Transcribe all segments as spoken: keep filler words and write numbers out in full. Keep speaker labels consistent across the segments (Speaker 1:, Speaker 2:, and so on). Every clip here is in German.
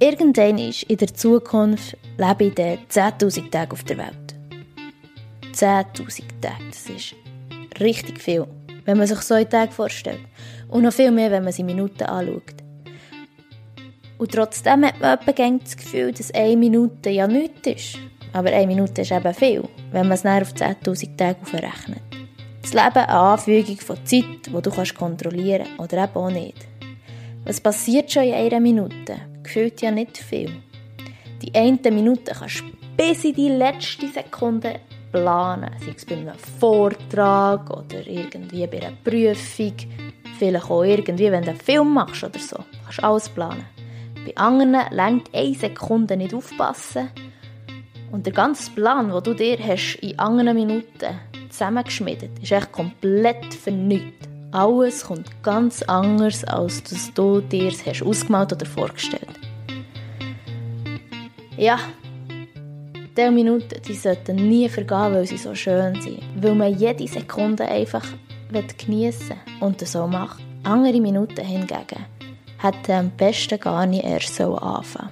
Speaker 1: Irgendwann in der Zukunft lebe ich dann zehntausend Tage auf der Welt. zehntausend Tage, das ist richtig viel, wenn man sich so einen Tag vorstellt. Und noch viel mehr, wenn man sie Minuten anschaut. Und trotzdem hat man etwa das Gefühl, dass eine Minute ja nichts ist. Aber eine Minute ist eben viel, wenn man es dann auf zehntausend Tage aufrechnet. Das Leben eine Anfügung von Zeit, die du kontrollieren kannst oder eben auch nicht. Was passiert schon in einer Minute? Gefühlt ja nicht viel. Die eine Minute kannst du bis in die letzte Sekunde planen. Sei es bei einem Vortrag oder irgendwie bei einer Prüfung. Vielleicht auch irgendwie, wenn du einen Film machst oder so. Kannst du alles planen. Bei anderen reicht eine Sekunde nicht aufpassen. Und der ganze Plan, den du dir hast in anderen Minuten zusammengeschmiedet, ist echt komplett vernichtet. Alles kommt ganz anders, als dass du dir es hast ausgemalt oder vorgestellt. Ja, diese Minuten die sollten nie vergehen, weil sie so schön sind. Weil man jede Sekunde einfach geniessen will und das so macht. Andere Minuten hingegen hätten am besten gar nicht erst anfangen sollen.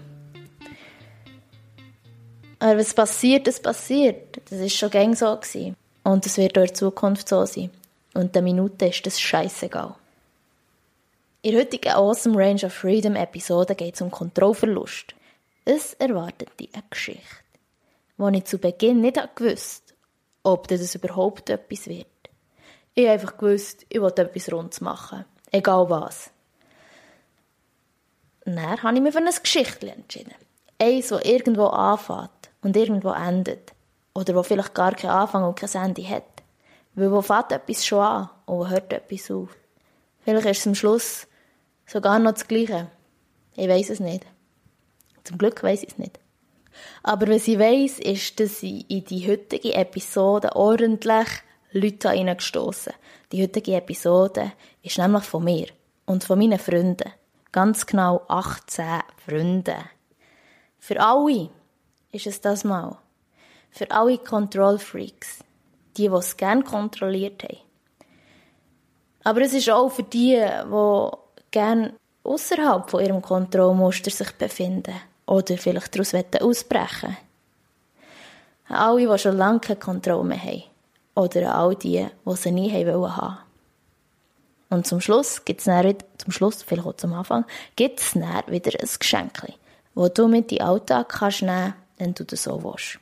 Speaker 1: Aber was passiert, das passiert. Das war schon gäng so gewesen. Und es wird auch in Zukunft so sein. Und der Minute ist das scheissegal. In der heutigen Awesome Range of Freedom Episode geht es um Kontrollverlust. Es erwartet dich eine Geschichte, wo ich zu Beginn nicht wusste, ob das überhaupt etwas wird. Ich habe einfach gewusst, ich wollte etwas Rundes machen. Egal was. Dann habe ich mich für eine Geschichte entschieden. Eins, das irgendwo anfängt und irgendwo endet. Oder wo vielleicht gar keinen Anfang und kein Ende hat. Weil wo fängt etwas schon an und wo hört etwas auf. Vielleicht ist es am Schluss sogar noch das Gleiche. Ich weiss es nicht. Zum Glück weiss ich es nicht. Aber was ich weiss, ist, dass ich in die heutige Episode ordentlich Leute reingestossen habe. Die heutige Episode ist nämlich von mir und von meinen Freunden. Ganz genau achtzehn Freunde. Für alle ist es das mal. Für alle Control-Freaks. Die, die es gerne kontrolliert haben. Aber es ist auch für die, die gerne ausserhalb von ihrem Kontrollmuster sich befinden. Oder vielleicht daraus ausbrechen wollen. Alle, die schon lange keine Kontrolle mehr haben. Oder all die, die sie nie haben wollen. Und zum Schluss gibt es dann, zum Schluss, vielleicht auch zum Anfang, gibt es dann wieder ein Geschenk, das du mit in den Alltag kannst nehmen, wenn du das so willst.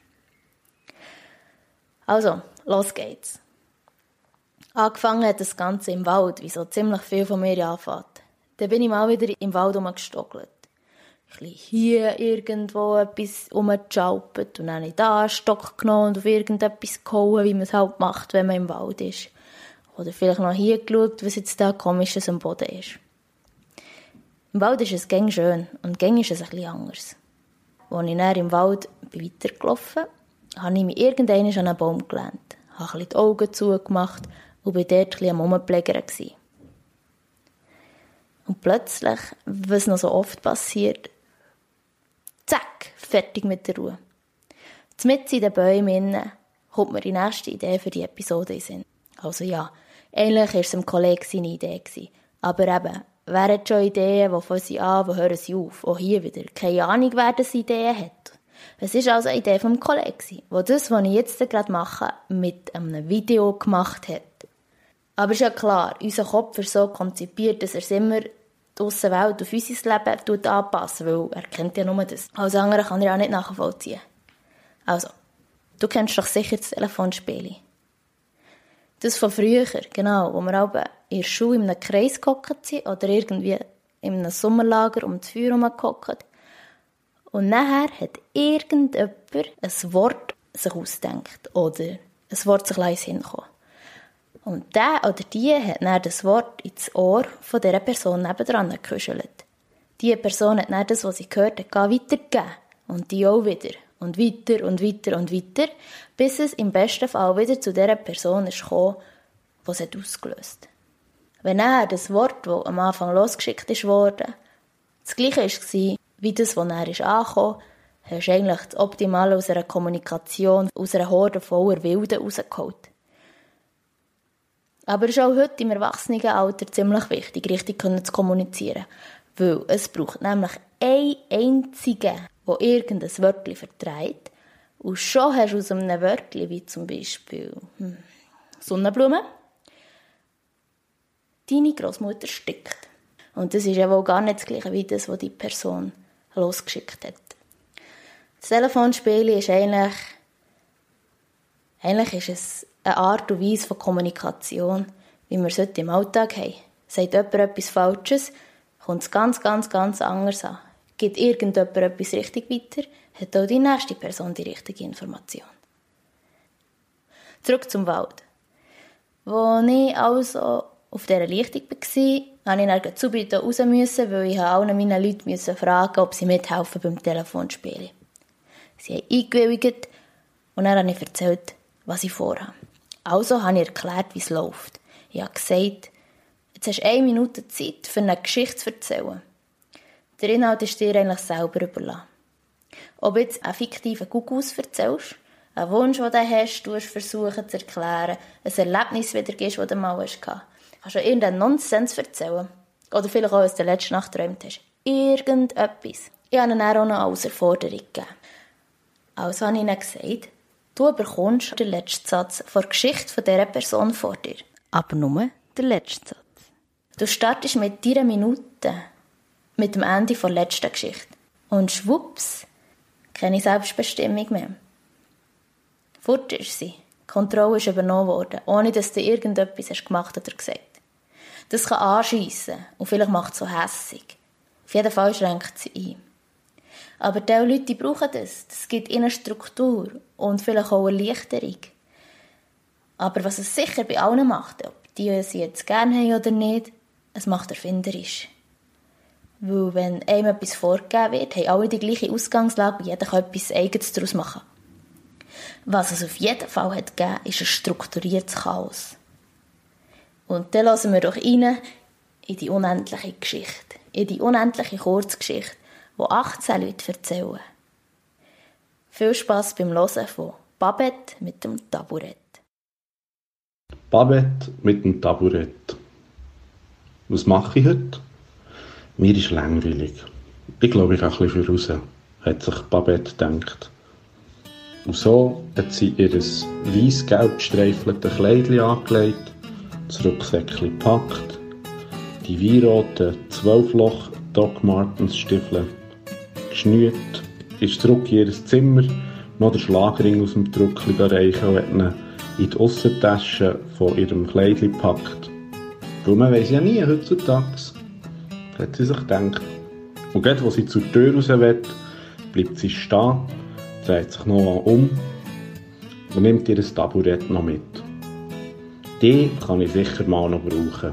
Speaker 1: Also, los geht's. Angefangen hat das Ganze im Wald, wie so ziemlich viel von mir anfängt. Dann bin ich mal wieder im Wald rumgestockelt. Ein bisschen hier irgendwo etwas rumgeschalpert und dann habe ich da einen Stock genommen und auf irgendetwas gehauen, wie man es halt macht, wenn man im Wald ist. Oder vielleicht noch hier geschaut, was jetzt da Komisches am Boden ist. Im Wald ist es gäng schön und gäng ist es ein bisschen anders. Als ich dann im Wald weitergelaufen bin, habe ich mich irgendwann an einen Baum gelehnt, habe ein bisschen die Augen zugemacht und war dort ein bisschen am Rumplägern. Und plötzlich, was noch so oft passiert, zack, fertig mit der Ruhe. Mitten in den Bäumen kommt mir die nächste Idee für die Episode in den Sinn. Also ja, eigentlich war es einem Kollegen seine Idee. Aber eben, wer hat schon Ideen, wo fangen sie an, wo hören sie auf? Auch hier wieder, keine Ahnung, wer das Ideen hat. Es war also eine Idee vom Kollegen, der das, was ich jetzt gerade mache, mit einem Video gemacht hat. Aber ist ja klar, unser Kopf ist so konzipiert, dass er es immer die Aussenwelt auf unser Leben anpasst, weil er kennt ja nur das. Alles andere kann er auch nicht nachvollziehen. Also, du kennst doch sicher das Telefonspiel. Das von früher, genau, wo wir auch in der Schule in einem Kreis gehockt sind oder irgendwie in einem Sommerlager um das Feuer herumgehockt. Und nachher hat irgendjemand ein Wort sich ausgedacht oder ein Wort sich ins Sinn gekommen. Und der oder die hat dann das Wort ins Ohr von dieser Person nebendran gekuschelt. Die Person hat dann das, was sie gehört hat, weitergegeben. Und die auch wieder. Und weiter und weiter und weiter, bis es im besten Fall wieder zu dieser Person ist gekommen, die es ausgelöst hat. Wenn dann das Wort, das am Anfang losgeschickt wurde, das Gleiche war wie das, das dann ist angekommen, hast du eigentlich das Optimale aus einer Kommunikation, aus einer Horde voller Wilden rausgeholt. Aber es ist auch heute im Erwachsenenalter ziemlich wichtig, richtig zu kommunizieren. Weil es braucht nämlich einen einzigen, der irgendein Wörtchen vertreibt, und schon hast du aus einem Wörtchen, wie zum Beispiel hm, Sonnenblume, deine Großmutter stickt. Und das ist ja wohl gar nicht das Gleiche wie das, was die Person losgeschickt hat. Das Telefonspiel ist eigentlich, eigentlich ist es eine Art und Weise von Kommunikation, wie wir es heute im Alltag haben. Sagt jemand etwas Falsches, kommt es ganz, ganz, ganz anders an. Gibt irgendjemand etwas richtig weiter, hat auch die nächste Person die richtige Information. Zurück zum Wald. Als ich also auf dieser Lichtung war, musste ich zu bitte raus, weil ich allen meinen Leuten fragen, ob sie mithelfen beim Telefonspielen. Sie haben eingewilligt und dann habe ich erzählt, was ich vorhabe. Also habe ich erklärt, wie es läuft. Ich habe gesagt, jetzt hast du eine Minute Zeit, für eine Geschichte zu erzählen. Der Inhalt ist dir eigentlich selber überlassen. Ob du jetzt einen fiktiven Kuckuck erzählst, einen Wunsch, den du hast, du versuchen zu erklären, ein Erlebnis wiedergibst, das du mal hast. Kannst du irgendeinen Nonsens erzählen. Oder vielleicht auch, was du letzte Nacht geträumt hast. Irgendetwas. Ich habe ihnen auch noch als Erforderung gegeben. Also habe ich ihnen gesagt, du bekommst den letzten Satz der Geschichte dieser Person vor dir. Aber nur den letzten Satz. Du startest mit deiner Minute, mit dem Ende der letzten Geschichte. Und schwupps, keine Selbstbestimmung mehr. Fort ist sie. Die Kontrolle ist übernommen worden, ohne dass du irgendetwas hast gemacht oder gesagt. Das kann anschiessen und vielleicht macht es so hässig. Auf jeden Fall schränkt sie ein. Aber diese Leute die brauchen das. Das gibt ihnen Struktur und vielleicht auch eine Erleichterung. Aber was es sicher bei allen macht, ob die sie jetzt gerne haben oder nicht, es macht erfinderisch. Weil wenn einem etwas vorgegeben wird, haben alle die gleiche Ausgangslage und jeder kann etwas Eigenes daraus machen. Was es auf jeden Fall hat gegeben, ist ein strukturiertes Chaos. Und dann hören wir doch rein in die unendliche Geschichte, in die unendliche Kurzgeschichte, die achtzehn Leute erzählen. Viel Spass beim Hören von Babette mit dem Taburett.
Speaker 2: Babette mit dem Taburett. Was mache ich heute? Mir ist langweilig. Ich glaube, ich gehe ein bisschen raus, hat sich Babette gedacht. Und so hat sie ihr weiss-gelb gestreifelte Kleidchen angelegt, das Rucksäckchen gepackt, die weinroten zwölf-Loch Doc Martens Stiefel geschnürt, ist zurück in ihr Zimmer, noch den Schlagring aus dem Druckli erreichen und hat ihn in die Aussentasche von ihrem Kleidchen gepackt. Weil man weiss ja nie heutzutage, hat sie sich gedacht. Und gerade, als sie zur Tür raus will, bleibt sie stehen, dreht sich noch um und nimmt ihr Taburett noch mit. Die kann ich sicher mal noch brauchen.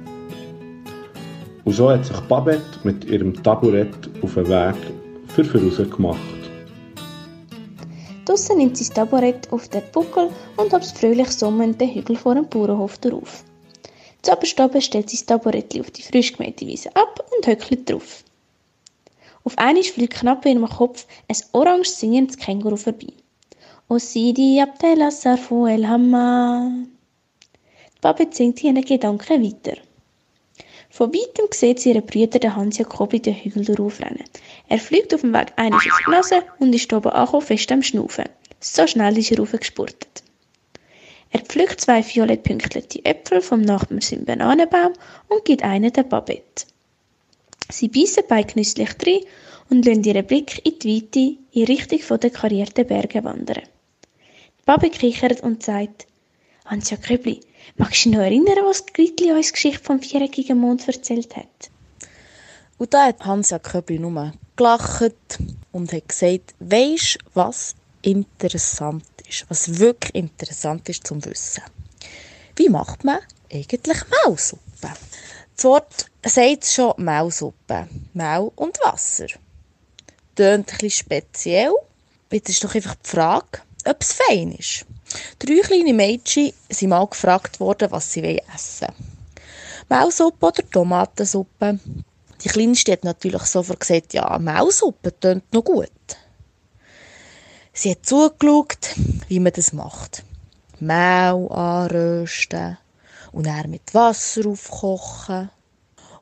Speaker 2: Und so hat sich Babette mit ihrem Taburett auf den Weg für voraus gemacht.
Speaker 3: Draussen nimmt sie das Taburett auf den Buckel und hopst fröhlich summend den Hügel vor dem Bauernhof drauf. Zuoberst oben stellt sie das Taburettchen auf die frisch gemähte Wiese ab und höckelt drauf. Auf einmal fliegt knapp in ihrem Kopf ein orange singendes Känguru vorbei. O Sidi Abdel Sarfu El Hamma. Die Babette singt ihren Gedanken weiter. Von weitem sieht sie ihren Bruder, den Hans-Jakob, den Hügel daraufrennen. Er fliegt auf dem Weg einmal auf die Nase und ist oben angekommen, fest am Schnaufen. So schnell ist er raufgespurtet. Er pflückt zwei violett pünktliche Äpfel vom Nachbarn seinem Bananenbaum und gibt einen der Babette. Sie beißen beide genüsslich rein und lassen ihren Blick in die Weite in Richtung der karierten Berge wandern. Die Babette kichert und sagt, Hans-Jaköbli, magst du dich noch erinnern, was Gritli uns die Geschichte vom viereckigen Mond erzählt hat?
Speaker 4: Und da hat Hans-Jaköbli nur gelacht und hat gesagt, weisst du, was interessant ist, was wirklich interessant ist zum Wissen. Wie macht man eigentlich Mehlsuppe? Das Wort sagt es schon, Mehlsuppe. Mehl und Wasser. Tönt ein bisschen speziell. Jetzt ist doch einfach die Frage, ob es fein ist. Drei kleine Mädchen sind mal gefragt worden, was sie essen wollen. Mehlsuppe oder Tomatensuppe? Die Kleinste hat natürlich sofort gesagt, ja, Mehlsuppe tönt noch gut. Sie hat zugeschaut, wie man das macht. Mehl anrösten und dann mit Wasser aufkochen.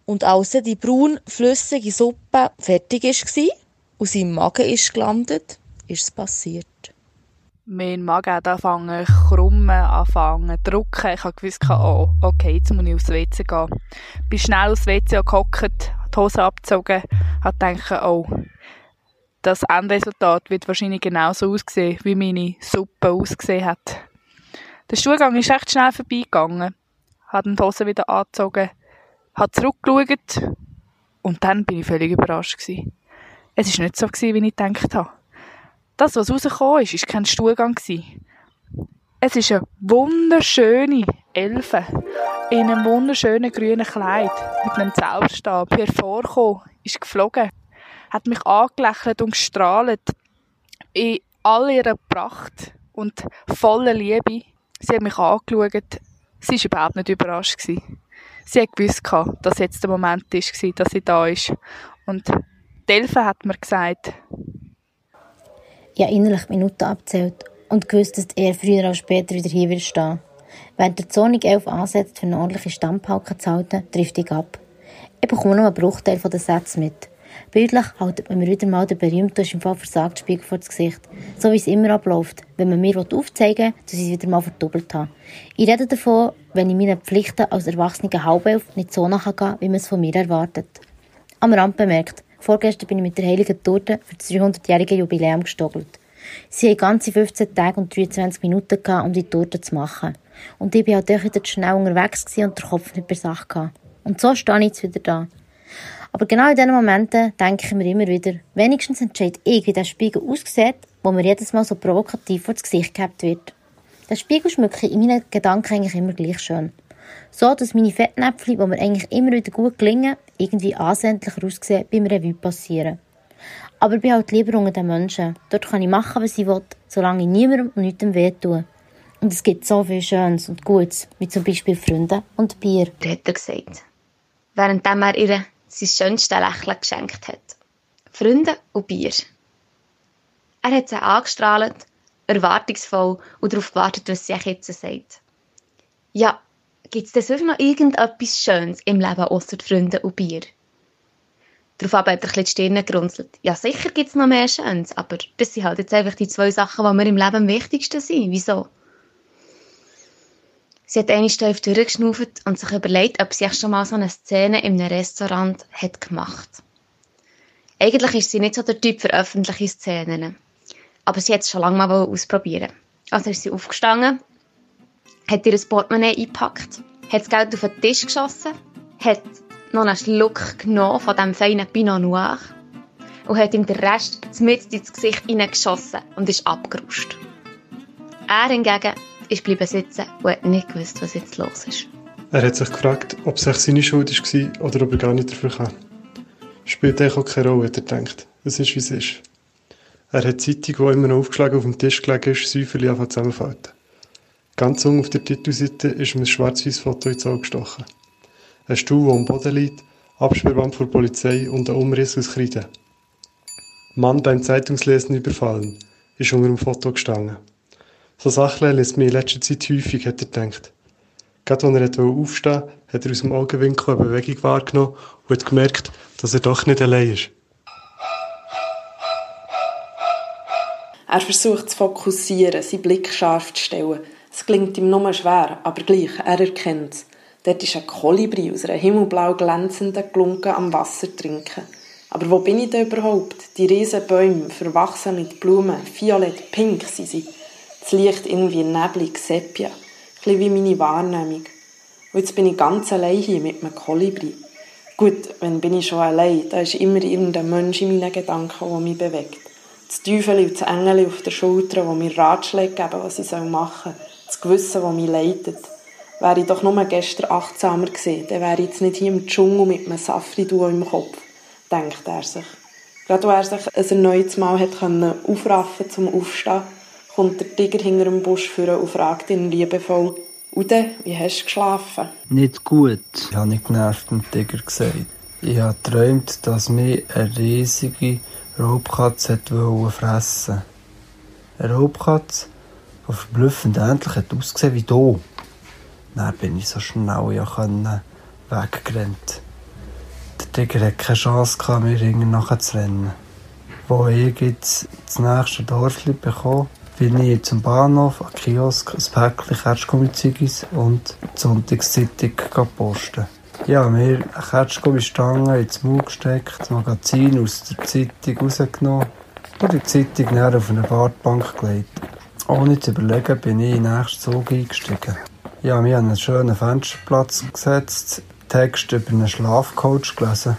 Speaker 4: Und als die braun flüssige Suppe fertig war und sein Magen ist gelandet, ist es passiert.
Speaker 5: Mein Magen hat angefangen zu krummen, angefangen zu drücken. Ich wusste, oh, okay, jetzt muss ich aufs W C gehen. Ich bin schnell aufs W C gehockt, die Hose abgezogen, habe gedacht, oh, das Endresultat wird wahrscheinlich genauso aussehen, wie meine Suppe ausgesehen hat. Der Stuhlgang ist recht schnell vorbeigegangen. Ich habe die Hose wieder angezogen, habe zurückgeschaut und dann bin ich völlig überrascht gewesen. Es war nicht so, wie ich gedacht habe. Das, was rausgekommen ist, war kein Stuhlgang. Es ist eine wunderschöne Elfe in einem wunderschönen grünen Kleid mit einem Zauberstab hervorgekommen, ist geflogen, hat mich angelächelt und gestrahlt in all ihrer Pracht und voller Liebe. Sie hat mich angeschaut. Sie war überhaupt nicht überrascht. Sie hat gewusst, dass jetzt der Moment war, dass sie da ist. Und die Elfe hat mir gesagt,
Speaker 6: ich habe innerlich Minuten abgezählt und gewusst, dass er früher oder später wieder hier wird stehen. Während der Zone elf ansetzt, für eine ordentliche Stammpauke zu halten, trifft ich ab. Ich bekomme nur einen Bruchteil der Sätze mit. Bildlich haltet man mir wieder mal den berühmten im Fall versagt Spiegel vor das Gesicht. So wie es immer abläuft, wenn man mir aufzeigen will, dass ich es wieder mal verdoppelt habe. Ich rede davon, wenn ich meinen Pflichten als erwachsene Halbelf nicht so nachgehe, wie man es von mir erwartet. Am Rand bemerkt, vorgestern bin ich mit der heiligen Torte für das dreihundertjährige Jubiläum gestockelt. Sie hatten ganze fünfzehn Tage und dreiundzwanzig Minuten gehabt, um die Torte zu machen. Und ich war halt auch wieder schnell unterwegs und der Kopf nicht bei Sache gehabt. Und so stehe ich jetzt wieder da. Aber genau in diesen Momenten denke ich mir immer wieder, wenigstens entscheide ich, wie der Spiegel aussieht, wo mir jedes Mal so provokativ vor das Gesicht gehabt wird. Den Spiegel schmücke ich in meinen Gedanken eigentlich immer gleich schön. So, dass meine Fettnäpfchen, die mir eigentlich immer wieder gut gelingen, irgendwie ansehnlicher aussehen, beim Revue passieren. Aber ich bin halt lieber unter den Menschen. Dort kann ich machen, was ich will, solange ich niemandem und nichts wehtue. Und es gibt so viel Schönes und Gutes, wie zum Beispiel Freunde und Bier.
Speaker 7: Hat er gesagt, währenddem er ihr sein schönstes Lächeln geschenkt hat. Freunde und Bier. Er hat sie angestrahlt, erwartungsvoll und darauf gewartet, was sie jetzt sagt. Ja, gibt es denn sonst noch irgendetwas Schönes im Leben ausser Freunde und Bier? Daraufhin hat er ein bisschen die Stirn gerunzelt. Ja, sicher gibt es noch mehr Schönes, aber das sind halt jetzt einfach die zwei Sachen, die mir im Leben am wichtigsten sind. Wieso? Sie hat einmal tief durchgeschnauft und sich überlegt, ob sie schon mal so eine Szene in einem Restaurant hat gemacht. Eigentlich ist sie nicht so der Typ für öffentliche Szenen. Aber sie hat es schon lange mal ausprobieren. Also ist sie aufgestanden, hat ihr Portemonnaie eingepackt, hat das Geld auf den Tisch geschossen, hat noch einen Schluck genommen von diesem feinen Pinot Noir und hat ihm den Rest mitten ins Gesicht hineingeschossen und ist abgeruscht. Er hingegen ist geblieben sitzen und hat nicht gewusst, was jetzt los ist.
Speaker 8: Er hat sich gefragt, ob es seine Schuld war oder ob er gar nicht dafür kann. Spielt eigentlich auch keine Rolle, hat er gedacht. Es ist, wie es ist. Er hat die Zeitung, die immer noch aufgeschlagen auf dem Tisch gelegen ist, säuferlich angefangen zusammenfalten. Ganz unten auf der Titelseite ist ihm ein schwarz-weiß Foto ins Auge gestochen. Ein Stuhl, der am Boden liegt, Absperrband vor der Polizei und ein Umriss aus Kreide. Mann beim Zeitungslesen überfallen, ist unter dem Foto gestanden. So Sachen lässt mich in letzter Zeit häufig, hat er gedacht. Gerade als er aufstehen wollte, hat er aus dem Augenwinkel eine Bewegung wahrgenommen und hat gemerkt, dass er doch nicht allein ist.
Speaker 9: Er versucht zu fokussieren, seinen Blick scharf zu stellen. Es gelingt ihm nur schwer, aber gleich, er erkennt es. Dort ist ein Kolibri aus einer himmelblau glänzenden Glunke am Wasser trinken. Aber wo bin ich denn überhaupt? Die riesen Bäume, verwachsen mit Blumen, violett, pink sind sie. Das Licht irgendwie neblig, sepia. Ein bisschen wie meine Wahrnehmung. Und jetzt bin ich ganz allein hier mit einem Kolibri. Gut, wenn bin ich schon allein, da ist immer irgendein Mensch in meinen Gedanken, der mich bewegt. Das Teufel und das Engel auf der Schulter, die mir Ratschläge geben, was ich machen soll. Das Gewissen, das mich leitet. Wäre ich doch nur gestern achtsamer gewesen, dann wäre ich jetzt nicht hier im Dschungel mit einem Safri-Duo im Kopf, denkt er sich. Gerade als er sich ein erneutes Mal hat aufraffen zum Aufstehen, kommt der Tiger hinter dem Busch vor und fragt ihn liebevoll, «Ude, wie hast du geschlafen?»
Speaker 10: «Nicht gut», habe ich genervt dem Tiger gesagt. Ich habe geträumt, dass mich eine riesige Raubkatze fressen wollte. Eine Raubkatze, die verblüffend ähnlich hat ausgesehen wie du. Dann bin ich so schnell ja weggerannt. Tiger hatte keine Chance, mir hinten nachzurennen. Als ich jetzt das nächste Dorfli bekam, bin ich zum Bahnhof, an den Kiosk, ein Päckchen Kertschgummi-Ziggis und die Sonntagszeitung posten. Ich habe mir eine Kertschgummi-Stange ins Maul gesteckt, das Magazin aus der Zeitung rausgenommen und die Zeitung dann auf eine Wartbank gelegt. Ohne zu überlegen bin ich in den nächsten Zug eingestiegen. Ich habe mich an einen schönen Fensterplatz gesetzt, Text über einen Schlafcoach gelesen.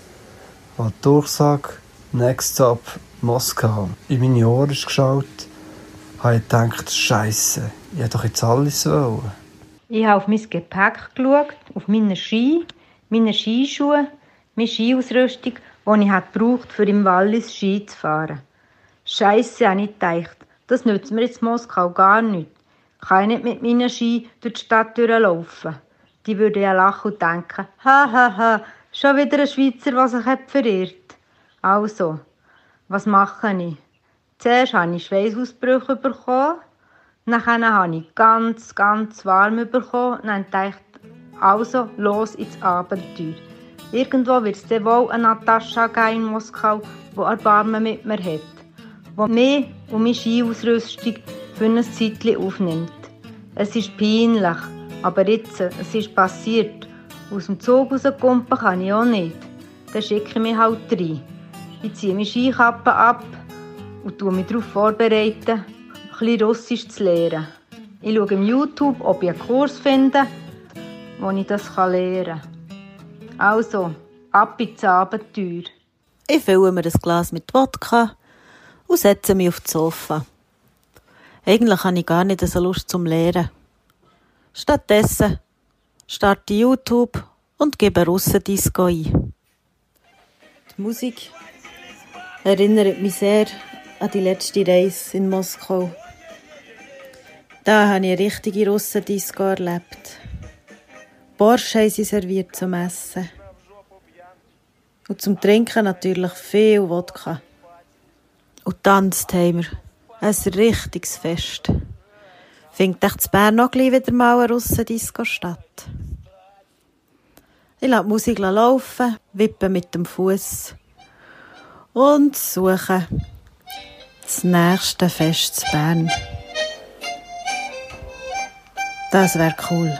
Speaker 10: An die Durchsage «Next Stop Moskau» in meine Ohren geschaut, habe ich gedacht, Scheisse, ich hätte doch jetzt alles wollen.
Speaker 11: Ich habe auf mein Gepäck geschaut, auf meine Ski, meine Skischuhe, meine Skiausrüstung, die ich brauchte, um im Wallis Ski zu fahren. Scheisse, habe ich gedacht, das nützt mir jetzt Moskau gar nicht. Kann ich nicht mit meinen Ski durch die Stadt durchlaufen? Die würden ja lachen und denken, ha, ha, ha, schon wieder ein Schweizer, der sich hat verirrt. Also, was mache ich? Zuerst habe ich Schweißausbrüche bekommen, dann habe ich ganz, ganz warm bekommen und dann dachte ich, also, los ins Abenteuer. Irgendwo wird es dann wohl eine Natascha geben in Moskau, die Erbarmen mit mir hat, die mich und meine Skiausrüstung für ein Zeitchen aufnimmt. Es ist peinlich, aber jetzt, es ist passiert. Aus dem Zug rauskommen kann ich auch nicht. Dann schicke ich mich halt rein. Ich ziehe meine Skikappe ab und tue mich darauf vorbereiten, ein bisschen Russisch zu lernen. Ich schaue im YouTube, ob ich einen Kurs finde, wo ich das lernen kann. Also, ab ins Abenteuer.
Speaker 12: Ich fülle mir ein Glas mit Wodka und setze mich auf das Sofa. Eigentlich habe ich gar nicht so Lust zum Lehren. Stattdessen starte ich YouTube und gebe Russendisco ein. Die Musik erinnert mich sehr an die letzte Reise in Moskau. Da habe ich eine richtige Russendisco erlebt. Borscht haben sie serviert zum Essen. Und zum Trinken natürlich viel Wodka. Und tanzt haben wir. Ein richtiges Fest. Findet echt in Bern noch wieder mal eine Russendisco statt. Ich lasse die Musik laufen, wippe mit dem Fuß und suche das nächste Fest in Bern. Das wäre cool.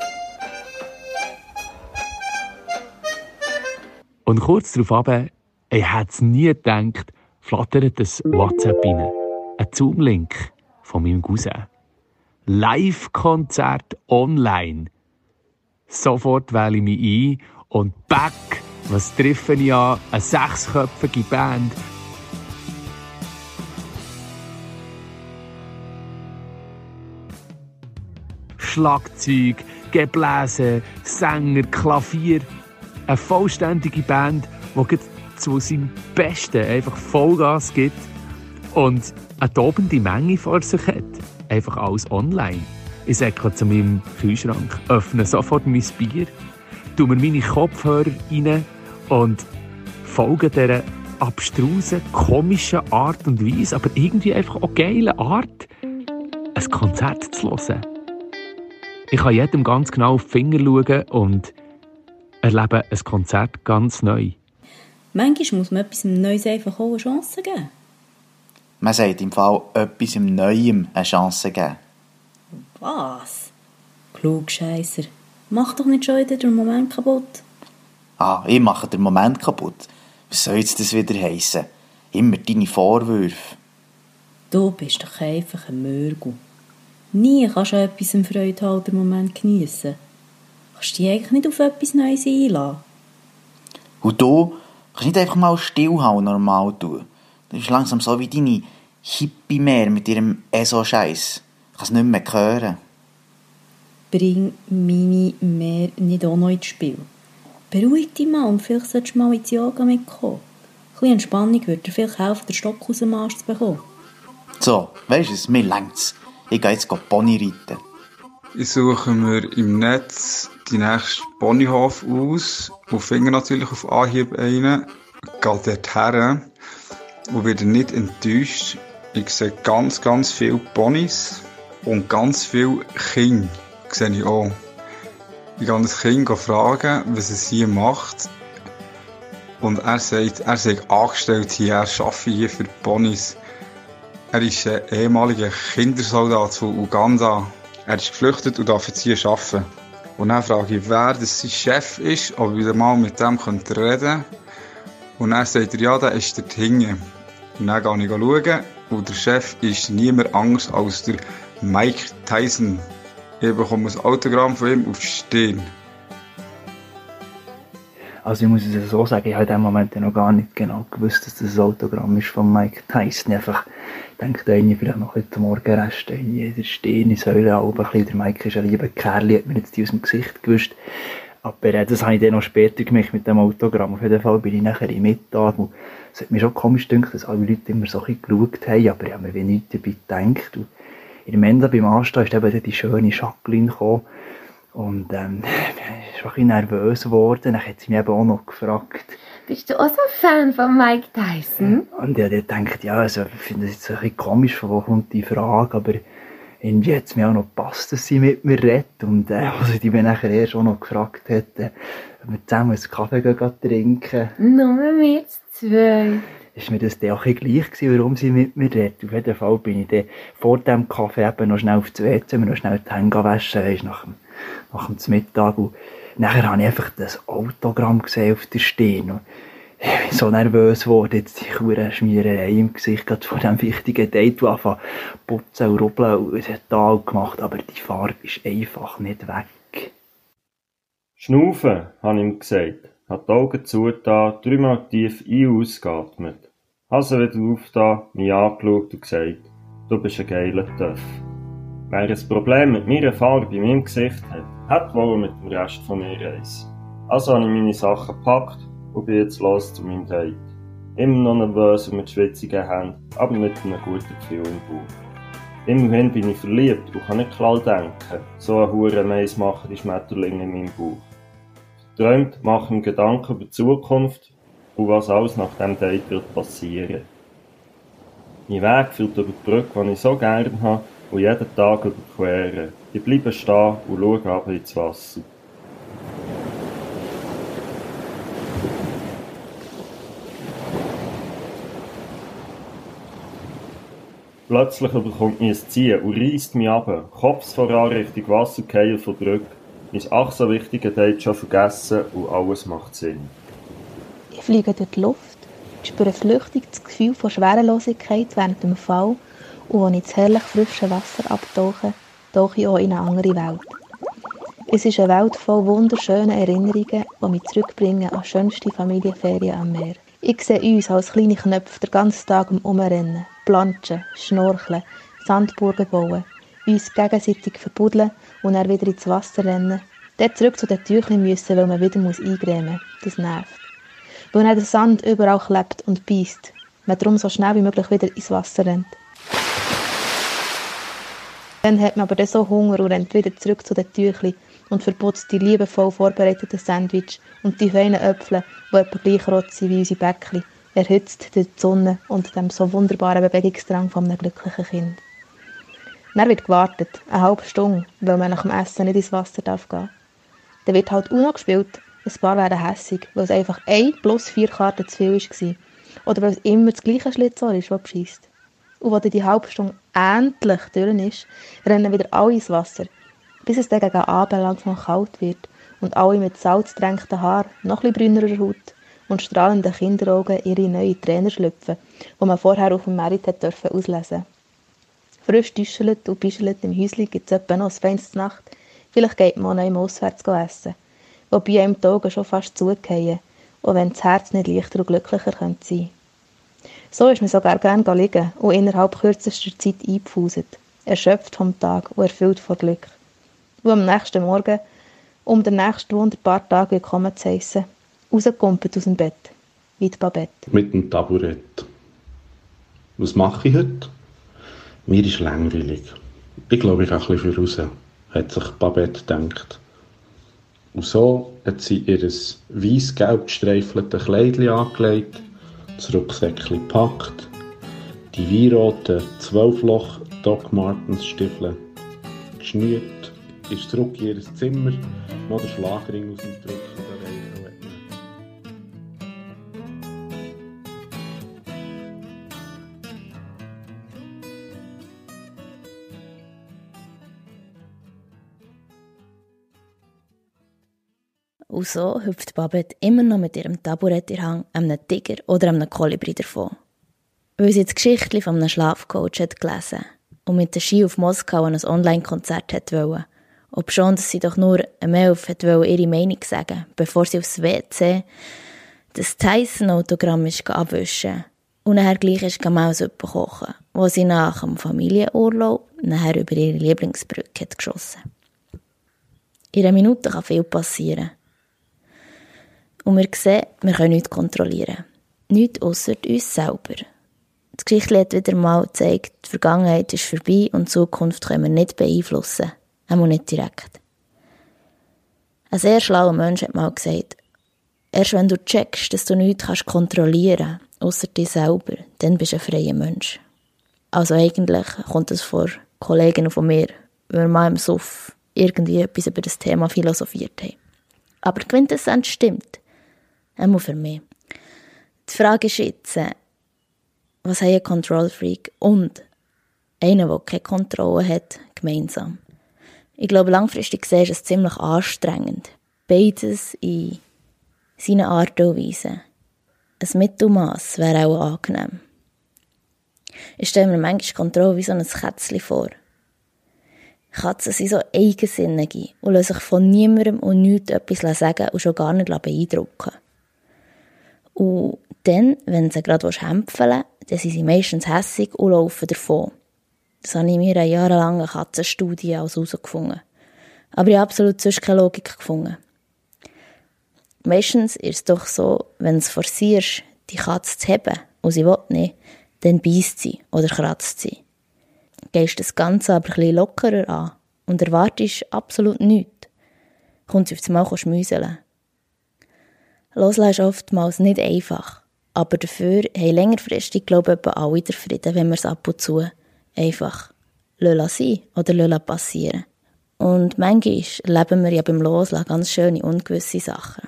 Speaker 13: Und kurz darauf ab, ich hätte es nie gedacht, flattert das WhatsApp rein. Ein Zoom-Link von meinem Cousin. Live-Konzert online. Sofort wähle ich mich ein und back, was treffe ich an? Eine sechsköpfige Band. Schlagzeug, Gebläse, Sänger, Klavier. Eine vollständige Band, die zu seinem Besten einfach Vollgas gibt und eine tobende Menge vor sich hat. Einfach alles online. Ich sage zu meinem Kühlschrank, öffne sofort mein Bier, tue mir meine Kopfhörer rein und folge dieser abstrusen, komischen Art und Weise, aber irgendwie einfach auch geile Art, ein Konzert zu hören. Ich kann jedem ganz genau auf die Finger schauen und erlebe ein Konzert ganz neu.
Speaker 14: Manchmal muss man etwas Neues einfach auch eine Chance geben.
Speaker 15: Man sagt im Fall etwas Neuem eine Chance geben.
Speaker 14: Was? Klugscheisser. Mach doch nicht schon wieder den Moment kaputt.
Speaker 15: Ah, ich mache den Moment kaputt. Was soll jetzt das wieder heissen? Immer deine Vorwürfe.
Speaker 14: Du bist doch einfach ein Mörgel. Nie kannst du etwas im Freude haben, den Moment geniessen. Kannst du dich eigentlich nicht auf etwas Neues einlassen?
Speaker 15: Und du kannst nicht einfach mal stillhalten und normal tun. Das ist langsam so wie deine Hippie-Mehr mit ihrem ESO-Scheiß. Ich kann es nicht mehr hören.
Speaker 14: Bring meine Mehr nicht auch noch ins Spiel. Beruhig dich mal und vielleicht solltest du mal ins Yoga mitkommen. Ein bisschen Entspannung würde dir vielleicht helfen, den Stock aus dem Arsch zu bekommen.
Speaker 15: So, weisst du es, mir längt's. Ich gehe jetzt Pony reiten.
Speaker 16: Ich suche mir im Netz die nächste Ponyhof aus und finde natürlich auf Anhieb einen, gehe dort her und werde nicht enttäuscht. Ich sehe ganz, ganz viele Ponys und ganz viele Kinder sehe ich auch. Ich kann das Kind fragen, was es hier macht. Und er sagt, er sei angestellt hier, er arbeite hier für die Ponys. Er ist ein ehemaliger Kindersoldat von Uganda. Er ist geflüchtet und darf jetzt hier arbeiten. Und dann frage ich, wer das sein Chef ist, ob ich mal mit dem reden könnte. Und dann sagt er, ja, der ist dort hinten. Und dann gehe ich schauen. Und der Chef ist niemand anderes als der Mike Tyson. Ich bekomme ein Autogramm von ihm auf Stirn.
Speaker 17: Also ich muss es so sagen, ich habe in dem Moment noch gar nicht genau gewusst, dass das ein Autogramm ist von Mike Tyson. Ich einfach denke, da vielleicht noch ein zum Morgenrest in der Stirn, Säule ein bisschen. Der Mike ist ein lieber Kerl, hat mir jetzt die aus dem Gesicht gewischt. Aber äh, das habe ich dann noch später gemacht mit dem Autogramm. Auf jeden Fall bin ich nachher im Mittag. Und es hat mir schon komisch gedacht, dass alle Leute immer so ein bisschen geschaut haben, aber ich habe mir wie nichts dabei gedacht. Und in dem Ende beim Anstehen ist eben die schöne Jacqueline gekommen. Und ähm, ich war ein bisschen nervös geworden. Dann hat sie mich eben auch noch gefragt.
Speaker 18: Bist du auch so Fan von Mike Tyson?
Speaker 17: Und ich habe gedacht, ja, also, ich finde es jetzt ein bisschen komisch, von wo kommt die Frage, aber irgendwie hat es mir auch noch gepasst, dass sie mit mir redet. Und äh, also die mich nachher erst auch noch gefragt hat, äh, ob wir zusammen einen Kaffee gehen trinken.
Speaker 18: Nur wir zwei.
Speaker 17: Ist mir das dann auch ein bisschen gleich gewesen, warum sie mit mir redet. Auf jeden Fall bin ich dann vor dem Kaffee eben noch schnell auf das W C, noch schnell die Hände waschen, weißt, nach dem, nach dem Mittag. Und nachher habe ich einfach das Autogramm gesehen auf der Stirn. Und ich bin so nervös geworden, jetzt die Kuren Schmiererei im Gesicht, gerade vor diesem wichtigen Date, wo anfangen putzen und rubbeln und es hat Tal gemacht, aber die Farbe ist einfach nicht weg.
Speaker 19: Schnaufen, habe ich ihm gesagt. Hat die Augen zugetan, dreimal tief ein- und ausgeatmet. Also wieder aufgetan, mich angeschaut und gesagt, du bist ein geiler Töff. Wer ein Problem mit meiner Farbe in meinem Gesicht hat, hat wohl mit dem Rest von mir eins. Also habe ich meine Sachen gepackt und bin jetzt los zu meinem Date. Immer noch nervös und mit schwitzigen Händen, aber mit einem guten Gefühl im Bauch. Immerhin bin ich verliebt und kann nicht klar denken, so ein Hurenmeis machen die Schmetterlinge in meinem Bauch. Träumt, mache mir Gedanken über die Zukunft und was alles nach diesem Date wird passieren. Mein Weg führt über die Brücke, die ich so gerne habe und jeden Tag überqueren. Ich bleibe stehen und schaue ab ins Wasser. Plötzlich bekommt mich ein Ziehen und reisst mich runter, Kopf voran Richtung Wasser fallen von der Brücke. Mein ach so wichtiger Date schon vergessen und alles macht Sinn.
Speaker 3: Ich fliege durch die Luft, spüre flüchtig das Gefühl von Schwerelosigkeit während dem Fall und als ich ins herrlich frische Wasser abtauche, tauche ich auch in eine andere Welt. Es ist eine Welt voll wunderschöner Erinnerungen, die mich zurückbringen an schönste Familienferien am Meer. Ich sehe uns als kleine Knöpfe den ganzen Tag am Umrennen, planschen, schnorcheln, Sandburgen bauen, uns gegenseitig verbuddeln und dann wieder ins Wasser rennen. Dort zurück zu den Tüchlein müssen, weil man wieder eingrämen muss. Das nervt. Weil dann der Sand überall klebt und beisst. Man darum so schnell wie möglich wieder ins Wasser rennt. Dann hat man aber dann so Hunger und rennt wieder zurück zu den Tüchlein und verputzt die liebevoll vorbereiteten Sandwich und die feinen Äpfel, die etwa gleich rot sind wie unsere Bäckchen, erhitzt durch die Sonne und dem so wunderbaren Bewegungsdrang von einem glücklichen Kind. Dann wird gewartet, eine halbe Stunde, weil man nach dem Essen nicht ins Wasser darf gehen. Dann wird halt Uno gespielt. Ein paar werden hässig, weil es einfach ein plus vier Karten zu viel war. Oder weil es immer das gleiche Schlitzohr ist, das bescheisst. Und als die halbe Stunde endlich durch ist, rennen wieder alle ins Wasser, bis es dann gegen Abend langsam kalt wird und alle mit Salz getränkten Haaren, noch ein bisschen brünerer Haut und strahlenden Kinderaugen ihre neuen Trainer schlüpfen, die man vorher auf dem Merit hat dürfen auslesen. Frisch düschelt und bischelt im Häuschen gibt es etwa noch ein feines Nacht. Vielleicht geht man auch noch auswärts essen, wobei einem die Augen schon fast zugehen, auch wenn das Herz nicht leichter und glücklicher könnte sein. So ist man sogar gerne liegen und innerhalb kürzester Zeit eingepfuset, erschöpft vom Tag und erfüllt vor Glück. Und am nächsten Morgen, um den nächsten wunderbaren Tag willkommen zu heissen, rausgekumpelt aus dem Bett, wie die Babette.
Speaker 2: Mit dem Taburett. Was mache ich heute? Mir ist langweilig. Ich glaube, ich gehe ein bisschen raus, hat sich Babette gedacht. Und so hat sie ihr weiss-gelb gestreifelte Kleidchen angelegt, das Rucksäckchen gepackt, die weinroten zwölf-Loch Doc Martens Stiefel geschnürt, ist zurück in ihr Zimmer, noch den Schlagring aus dem Drücken erreichen.
Speaker 1: Und so hüpft Babette immer noch mit ihrem Taburett in der Hand einem Tiger oder einem Kolibri davon. Weil sie das Geschichtchen von einem Schlafcoach hat gelesen und mit der Ski auf Moskau an ein Online-Konzert wollte, obschon dass sie doch nur um elf wollte ihre Meinung sagen, bevor sie aufs W C das Tyson-Autogramm abwischen und nachher gleich ist Maussuppe kochen, wo sie nach dem Familienurlaub nachher über ihre Lieblingsbrücke hat geschossen. In einer Minute kann viel passieren. Und wir sehen, wir können nichts kontrollieren. Nichts ausser uns selber. Das Geschichtchen hat wieder mal gezeigt, die Vergangenheit ist vorbei und die Zukunft können wir nicht beeinflussen. Einmal nicht direkt. Ein sehr schlauer Mensch hat mal gesagt, erst wenn du checkst, dass du nichts kannst kontrollieren kannst, ausser dich selber, dann bist du ein freier Mensch. Also eigentlich kommt das vor Kollegen von mir, wenn wir mal im Suff irgendwie etwas über das Thema philosophiert haben. Aber die Quintessenz stimmt. Einmal für mich. Die Frage ist jetzt, was haben ein Control-Freak und einer, der keine Kontrolle hat, gemeinsam? Ich glaube, langfristig gesehen ist es ziemlich anstrengend. Beides in seiner Art und Weise. Ein Mittelmaß wäre auch angenehm. Ich stelle mir manchmal Kontrolle wie so ein Kätzchen vor. Katzen sind so eigensinnige und lassen sich von niemandem und nichts etwas sagen und schon gar nicht beeindrucken. Und dann, wenn sie gerade hämpfeln wollen, dann sind sie meistens hässig und laufen davon. Das habe ich mir eine jahrelange Katzenstudie als herausgefunden. Aber ich habe absolut sonst keine Logik gefunden. Meistens ist es doch so, wenn du es forcierst, die Katze zu heben und sie will nicht, dann beißt sie oder kratzt sie. Gehst das Ganze aber ein bisschen lockerer an und erwartest absolut nichts, kommt sie auf das Mal schmüseln. Loslassen ist oftmals nicht einfach, aber dafür haben längerfristig, glaube ich, alle den Frieden, wenn wir es ab und zu einfach sein oder passieren. Und manchmal erleben wir ja beim Loslassen ganz schöne, ungewisse Sachen.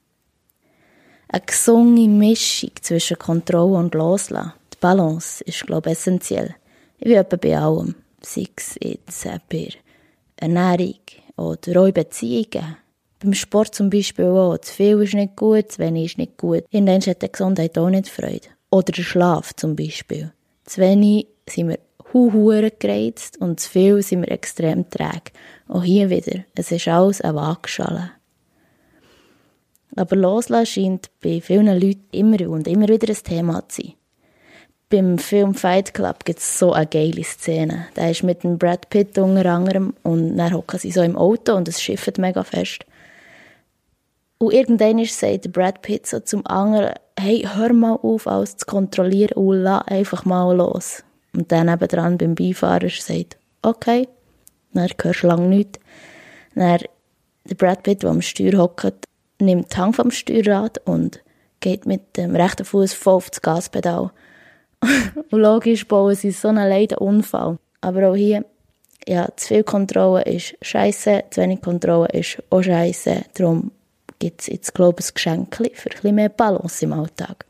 Speaker 1: Eine gesunde Mischung zwischen Kontrolle und Loslassen, die Balance, ist, glaube ich, essentiell. Wie etwa bei allem, sei es jetzt bei Ernährung oder auch in Beziehungen. Beim Sport zum Beispiel auch. Zu viel ist nicht gut, zu wenig ist nicht gut. Irgendwann hat die Gesundheit auch nicht Freude. Oder der Schlaf zum Beispiel. Zu wenig sind wir huhuere gereizt und zu viel sind wir extrem träge. Auch hier wieder, es ist alles eine Waagschale. Aber Loslassen scheint bei vielen Leuten immer und immer wieder ein Thema zu sein. Beim Film Fight Club gibt es so eine geile Szene. Da ist mit dem Brad Pitt unter anderem und dann hocken sie so im Auto und es schifft mega fest. Und irgendwann sagt Brad Pitt so zum anderen, hey, hör mal auf, alles zu kontrollieren und lass einfach mal los. Und dann nebendran beim Beifahrer sagt, okay, dann hörst du lange nichts. Dann der Brad Pitt, der am Steuer hockt, nimmt die Hand vom Steuerrad und geht mit dem rechten Fuß voll auf das Gaspedal. Und logisch bauen sie so einen leiden Unfall. Aber auch hier, ja, zu viel Kontrolle ist scheisse, zu wenig Kontrolle ist auch scheisse. Darum gibt es jetzt, glaube ich, ein Geschenk für ein bisschen mehr Balance im Alltag.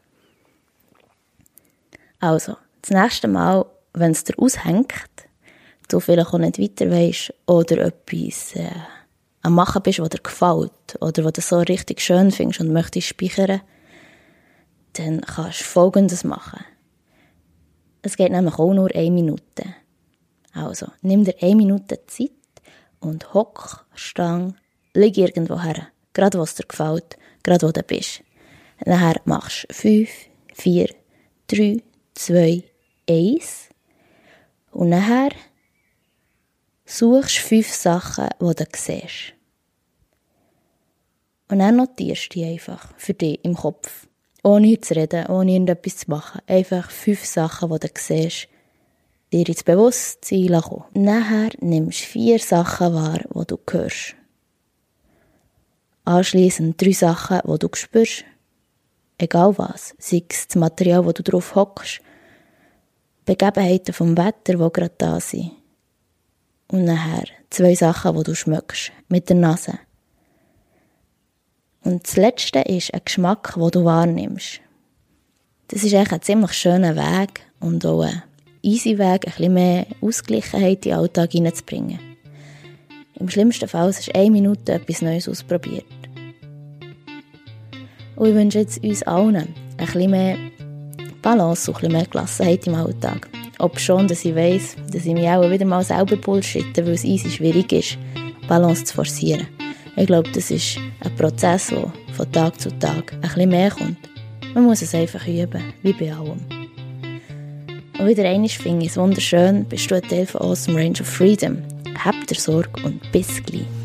Speaker 1: Also, das nächste Mal, wenn es dir aushängt, du vielleicht auch nicht weiter weisst oder etwas äh, am Machen bist, was dir gefällt oder was du so richtig schön findest und möchtest speichern, dann kannst du Folgendes machen. Es geht nämlich auch nur eine Minute. Also, nimm dir eine Minute Zeit und hock, stang, leg irgendwo her. Gerade was dir gefällt, gerade wo du bist. Nachher machst du fünf, vier, drei, zwei, eins. Und nachher suchst du fünf Sachen, die du siehst. Und dann notierst du die einfach für dich im Kopf. Ohne zu reden, ohne irgendetwas zu machen. Einfach fünf Sachen, die du siehst, dir ins Bewusstsein lassen. Nachher nimmst du vier Sachen wahr, die du hörst. Anschliessend drei Sachen, die du spürst. Egal was. Sei es das Material, wo du drauf hockst. Begebenheiten vom Wetter, die gerade da sind. Und nachher zwei Sachen, die du schmeckst. Mit der Nase. Und das Letzte ist ein Geschmack, den du wahrnimmst. Das ist eigentlich ein ziemlich schöner Weg und auch ein easy Weg, ein bisschen mehr Ausgleichheit in den Alltag hineinzubringen. Im schlimmsten Fall hast du eine Minute etwas Neues ausprobiert. Und ich wünsche jetzt uns allen ein bisschen mehr Balance und ein bisschen mehr Gelassenheit im Alltag. Ob schon, dass ich weiss, dass ich mich auch wieder mal selber bullshitte, weil es easy schwierig ist, Balance zu forcieren. Ich glaube, das ist ein Prozess, der von Tag zu Tag ein bisschen mehr kommt. Man muss es einfach üben, wie bei allem. Und wieder einmal finde ich es wunderschön, bist du ein Teil von Awesome Range of Freedom. Habt ihr Sorge und bis gleich.